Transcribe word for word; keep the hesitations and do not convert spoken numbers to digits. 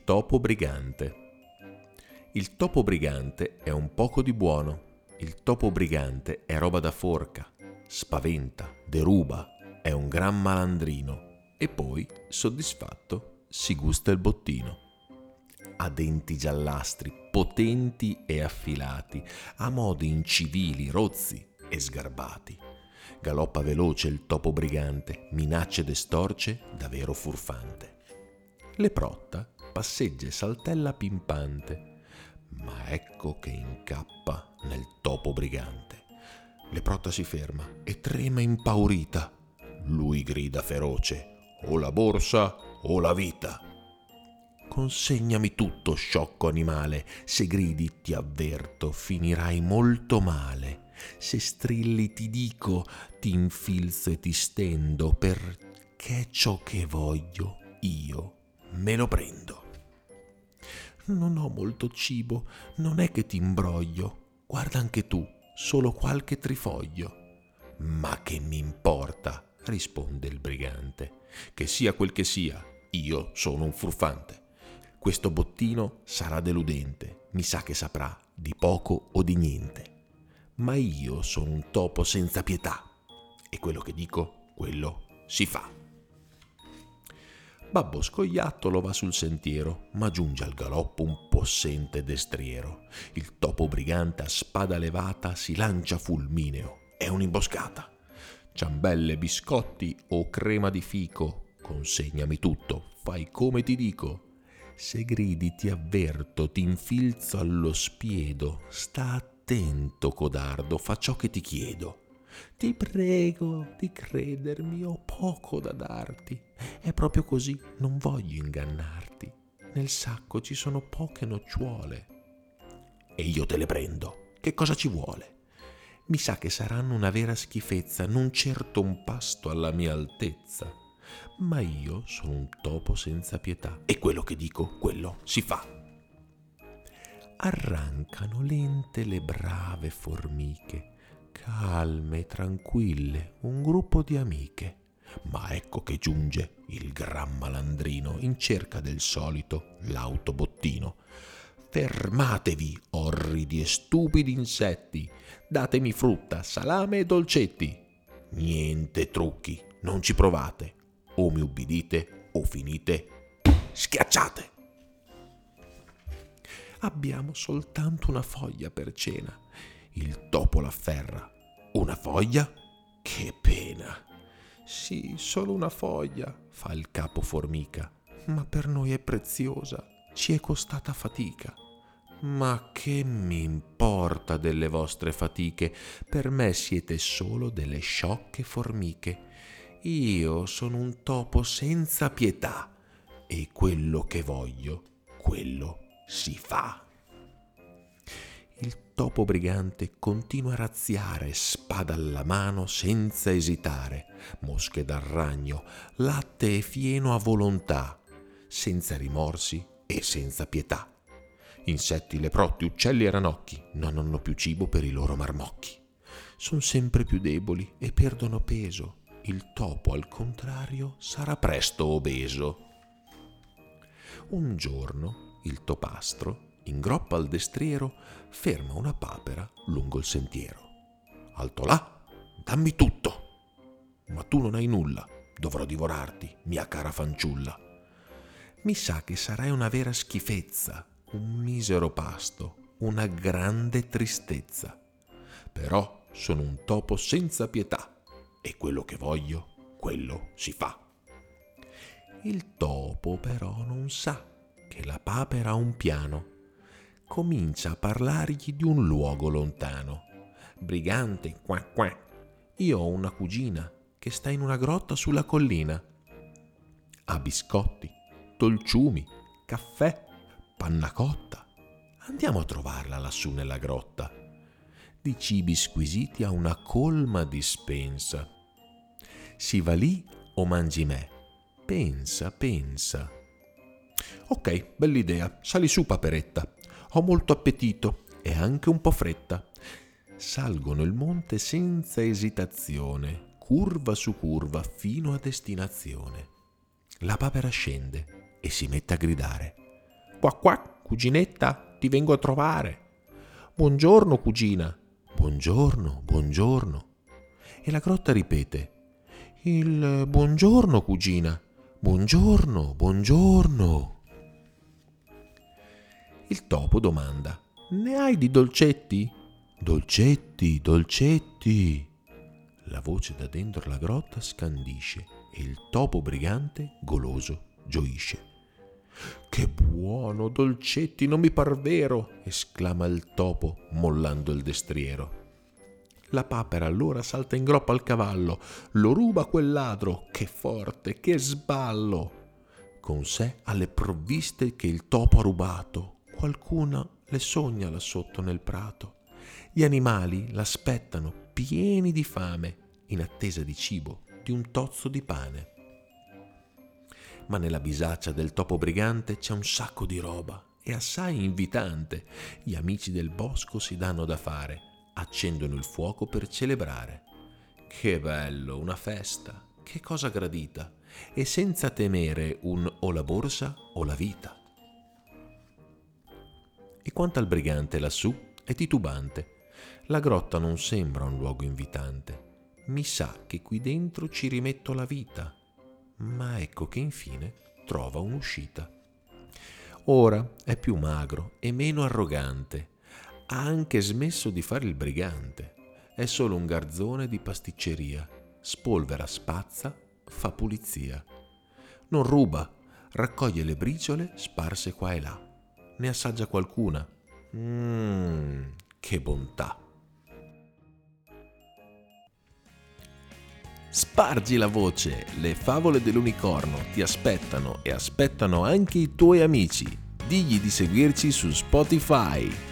topo brigante. Il topo brigante è un poco di buono. Il topo brigante è roba da forca, spaventa, deruba, è un gran malandrino e poi, soddisfatto, si gusta il bottino. Ha denti giallastri, potenti e affilati, ha modi incivili, rozzi e sgarbati. Galoppa veloce il topo brigante, minacce ed estorce da vero furfante. Leprotta passeggia e saltella pimpante, ma ecco che incappa nel topo brigante. Leprotta si ferma e trema impaurita. Lui grida feroce: o la borsa o la vita. Consegnami tutto, sciocco animale, se gridi ti avverto, finirai molto male. Se strilli ti dico, ti infilzo e ti stendo, perché ciò che voglio io me lo prendo. Non ho molto cibo, non è che ti imbroglio, guarda anche tu, solo qualche trifoglio. Ma che mi importa, risponde il brigante, che sia quel che sia, io sono un furfante. Questo bottino sarà deludente, mi sa che saprà di poco o di niente. Ma io sono un topo senza pietà e quello che dico, quello si fa. Babbo Scoiattolo va sul sentiero, ma giunge al galoppo un possente destriero. Il topo brigante a spada levata si lancia fulmineo, è un'imboscata. Ciambelle, biscotti o crema di fico, consegnami tutto, fai come ti dico. Se gridi ti avverto, ti infilzo allo spiedo, sta attento codardo, fa ciò che ti chiedo. Ti prego di credermi, ho poco da darti, è proprio così, non voglio ingannarti. Nel sacco ci sono poche nocciuole e io te le prendo, che cosa ci vuole? Mi sa che saranno una vera schifezza, non certo un pasto alla mia altezza. Ma io sono un topo senza pietà e quello che dico, quello si fa. Arrancano lente le brave formiche, calme e tranquille, un gruppo di amiche. Ma ecco che giunge il gran malandrino in cerca del solito l'autobottino. Fermatevi, orridi e stupidi insetti, datemi frutta, salame e dolcetti. Niente trucchi, non ci provate. O mi ubbidite o finite schiacciate. Abbiamo soltanto una foglia per cena. Il topo l'afferra. Una foglia? Che pena. Sì, solo una foglia, fa il capo formica, ma per noi è preziosa, ci è costata fatica. Ma che mi importa delle vostre fatiche? Per me siete solo delle sciocche formiche. Io sono un topo senza pietà e quello che voglio, quello si fa. Il topo brigante continua a razziare, spada alla mano senza esitare, mosche dal ragno, latte e fieno a volontà, senza rimorsi e senza pietà. Insetti, leprotti, uccelli e ranocchi non hanno più cibo per i loro marmocchi. Sono sempre più deboli e perdono peso. Il topo, al contrario, sarà presto obeso. Un giorno il topastro, in groppa al destriero, ferma una papera lungo il sentiero. Alto là, dammi tutto. Ma tu non hai nulla, dovrò divorarti, mia cara fanciulla. Mi sa che sarai una vera schifezza, un misero pasto, una grande tristezza. Però sono un topo senza pietà e quello che voglio, quello si fa. Il topo però non sa che la papera ha un piano. Comincia a parlargli di un luogo lontano. Brigante, qua qua, io ho una cugina che sta in una grotta sulla collina. Ha biscotti, dolciumi, caffè, panna cotta. Andiamo a trovarla lassù nella grotta. Di cibi squisiti ha una colma dispensa. Si va lì o mangi me? Pensa, pensa. Ok, bell'idea, sali su paperetta. Ho molto appetito e anche un po' fretta. Salgono il monte senza esitazione, curva su curva fino a destinazione. La papera scende e si mette a gridare. Quac quac, cuginetta, ti vengo a trovare. Buongiorno, cugina. Buongiorno, buongiorno. E la grotta ripete: il buongiorno, cugina. Buongiorno, buongiorno. Il topo domanda: ne hai di dolcetti? Dolcetti, dolcetti. La voce da dentro la grotta scandisce e il topo brigante, goloso, gioisce. Che buono, dolcetti, non mi par vero, esclama il topo mollando il destriero. La papera allora salta in groppa al cavallo, lo ruba quel ladro, che forte, che sballo. Con sé alle provviste che il topo ha rubato, qualcuna le sogna là sotto nel prato. Gli animali l'aspettano pieni di fame, in attesa di cibo, di un tozzo di pane. Ma nella bisaccia del topo brigante c'è un sacco di roba e assai invitante. Gli amici del bosco si danno da fare, accendono il fuoco per celebrare. Che bello, una festa, che cosa gradita, e senza temere un o la borsa o la vita. E quanto al brigante lassù è titubante. La grotta non sembra un luogo invitante. Mi sa che qui dentro ci rimetto la vita. Ma ecco che infine trova un'uscita. Ora è più magro e meno arrogante. Ha anche smesso di fare il brigante. È solo un garzone di pasticceria. Spolvera, spazza, fa pulizia. Non ruba, raccoglie le briciole sparse qua e là. Ne assaggia qualcuna. Mmm, che bontà! Spargi la voce, le favole dell'unicorno ti aspettano e aspettano anche i tuoi amici. Digli di seguirci su Spotify.